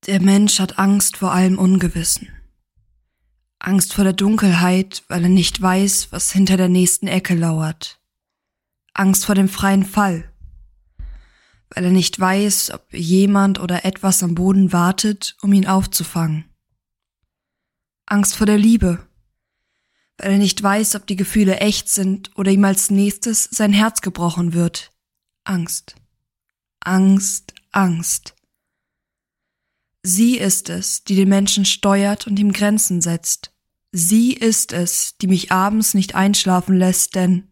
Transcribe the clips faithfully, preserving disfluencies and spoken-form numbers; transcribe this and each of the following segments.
Der Mensch hat Angst vor allem Ungewissen. Angst vor der Dunkelheit, weil er nicht weiß, was hinter der nächsten Ecke lauert. Angst vor dem freien Fall, weil er nicht weiß, ob jemand oder etwas am Boden wartet, um ihn aufzufangen. Angst vor der Liebe, weil er nicht weiß, ob die Gefühle echt sind oder ihm als nächstes sein Herz gebrochen wird. Angst, Angst, Angst. Sie ist es, die den Menschen steuert und ihm Grenzen setzt. Sie ist es, die mich abends nicht einschlafen lässt, denn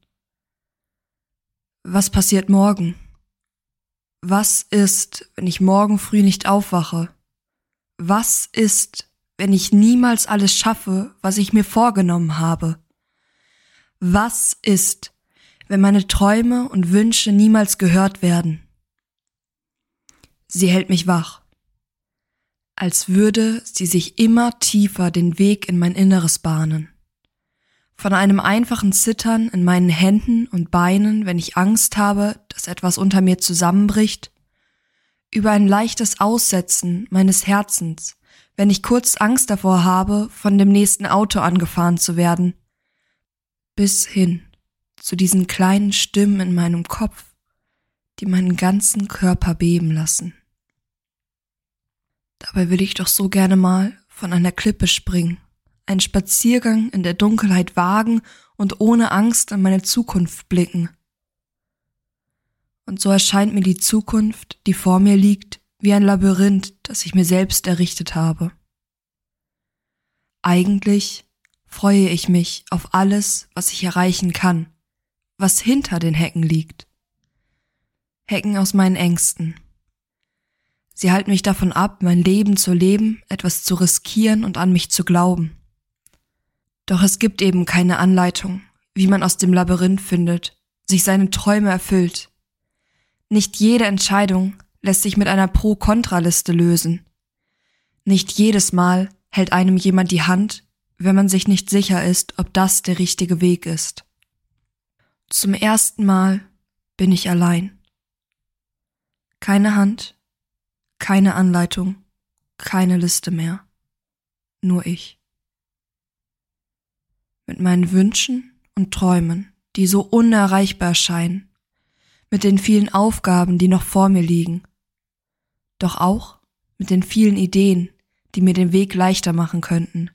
was passiert morgen? Was ist, wenn ich morgen früh nicht aufwache? Was ist, wenn ich niemals alles schaffe, was ich mir vorgenommen habe? Was ist, wenn meine Träume und Wünsche niemals gehört werden? Sie hält mich wach, als würde sie sich immer tiefer den Weg in mein Inneres bahnen. Von einem einfachen Zittern in meinen Händen und Beinen, wenn ich Angst habe, dass etwas unter mir zusammenbricht, über ein leichtes Aussetzen meines Herzens, wenn ich kurz Angst davor habe, von dem nächsten Auto angefahren zu werden, bis hin zu diesen kleinen Stimmen in meinem Kopf, die meinen ganzen Körper beben lassen. Dabei will ich doch so gerne mal von einer Klippe springen, einen Spaziergang in der Dunkelheit wagen und ohne Angst an meine Zukunft blicken. Und so erscheint mir die Zukunft, die vor mir liegt, wie ein Labyrinth, das ich mir selbst errichtet habe. Eigentlich freue ich mich auf alles, was ich erreichen kann, was hinter den Hecken liegt. Hecken aus meinen Ängsten. Sie halten mich davon ab, mein Leben zu leben, etwas zu riskieren und an mich zu glauben. Doch es gibt eben keine Anleitung, wie man aus dem Labyrinth findet, sich seine Träume erfüllt. Nicht jede Entscheidung lässt sich mit einer Pro-Kontra-Liste lösen. Nicht jedes Mal hält einem jemand die Hand, wenn man sich nicht sicher ist, ob das der richtige Weg ist. Zum ersten Mal bin ich allein. Keine Hand, keine Anleitung, keine Liste mehr. Nur ich. Mit meinen Wünschen und Träumen, die so unerreichbar erscheinen, mit den vielen Aufgaben, die noch vor mir liegen, doch auch mit den vielen Ideen, die mir den Weg leichter machen könnten.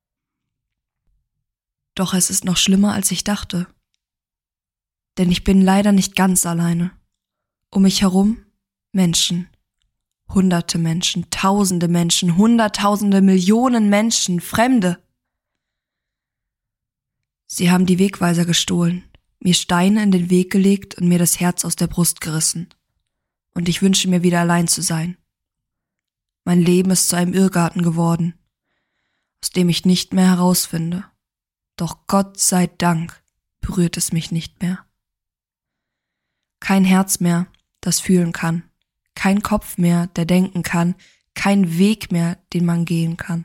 Doch es ist noch schlimmer, als ich dachte. Denn ich bin leider nicht ganz alleine. Um mich herum Menschen. Hunderte Menschen, tausende Menschen, hunderttausende, Millionen Menschen, Fremde. Sie haben die Wegweiser gestohlen, mir Steine in den Weg gelegt und mir das Herz aus der Brust gerissen. Und ich wünsche mir wieder allein zu sein. Mein Leben ist zu einem Irrgarten geworden, aus dem ich nicht mehr herausfinde. Doch Gott sei Dank berührt es mich nicht mehr. Kein Herz mehr, das fühlen kann. Kein Kopf mehr, der denken kann. Kein Weg mehr, den man gehen kann.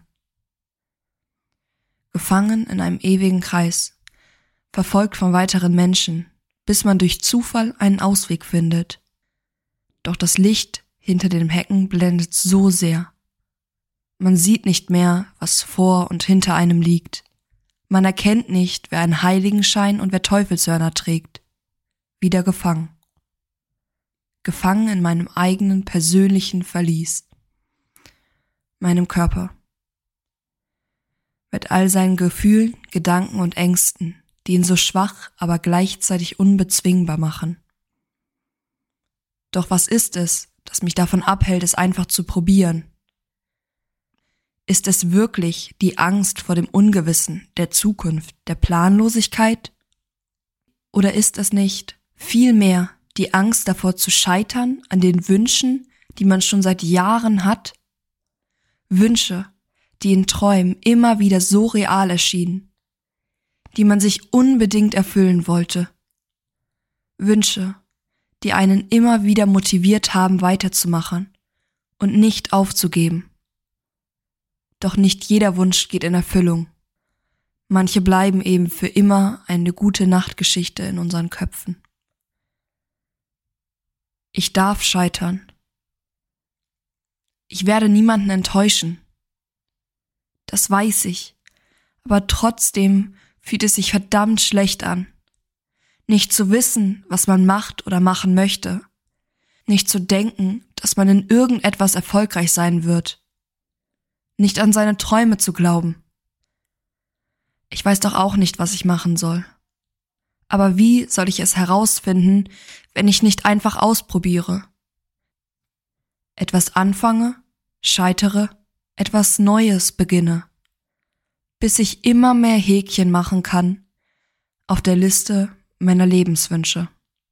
Gefangen in einem ewigen Kreis, verfolgt von weiteren Menschen, bis man durch Zufall einen Ausweg findet. Doch das Licht hinter den Hecken blendet so sehr. Man sieht nicht mehr, was vor und hinter einem liegt. Man erkennt nicht, wer einen Heiligenschein und wer Teufelshörner trägt. Wieder gefangen. Gefangen in meinem eigenen persönlichen Verlies. Meinem Körper. Mit all seinen Gefühlen, Gedanken und Ängsten, die ihn so schwach, aber gleichzeitig unbezwingbar machen. Doch was ist es, das mich davon abhält, es einfach zu probieren? Ist es wirklich die Angst vor dem Ungewissen, der Zukunft, der Planlosigkeit? Oder ist es nicht vielmehr die Angst davor zu scheitern an den Wünschen, die man schon seit Jahren hat? Wünsche, die in Träumen immer wieder so real erschienen, die man sich unbedingt erfüllen wollte. Wünsche, die einen immer wieder motiviert haben, weiterzumachen und nicht aufzugeben. Doch nicht jeder Wunsch geht in Erfüllung. Manche bleiben eben für immer eine gute Nachtgeschichte in unseren Köpfen. Ich darf scheitern. Ich werde niemanden enttäuschen. Das weiß ich, aber trotzdem fühlt es sich verdammt schlecht an. Nicht zu wissen, was man macht oder machen möchte. Nicht zu denken, dass man in irgendetwas erfolgreich sein wird. Nicht an seine Träume zu glauben. Ich weiß doch auch nicht, was ich machen soll. Aber wie soll ich es herausfinden, wenn ich nicht einfach ausprobiere? Etwas anfange, scheitere, etwas Neues beginne, bis ich immer mehr Häkchen machen kann auf der Liste meiner Lebenswünsche.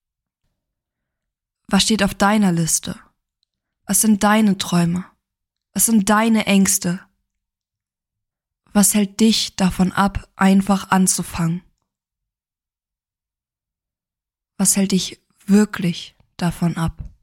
Was steht auf deiner Liste? Was sind deine Träume? Was sind deine Ängste? Was hält dich davon ab, einfach anzufangen? Was hält dich wirklich davon ab?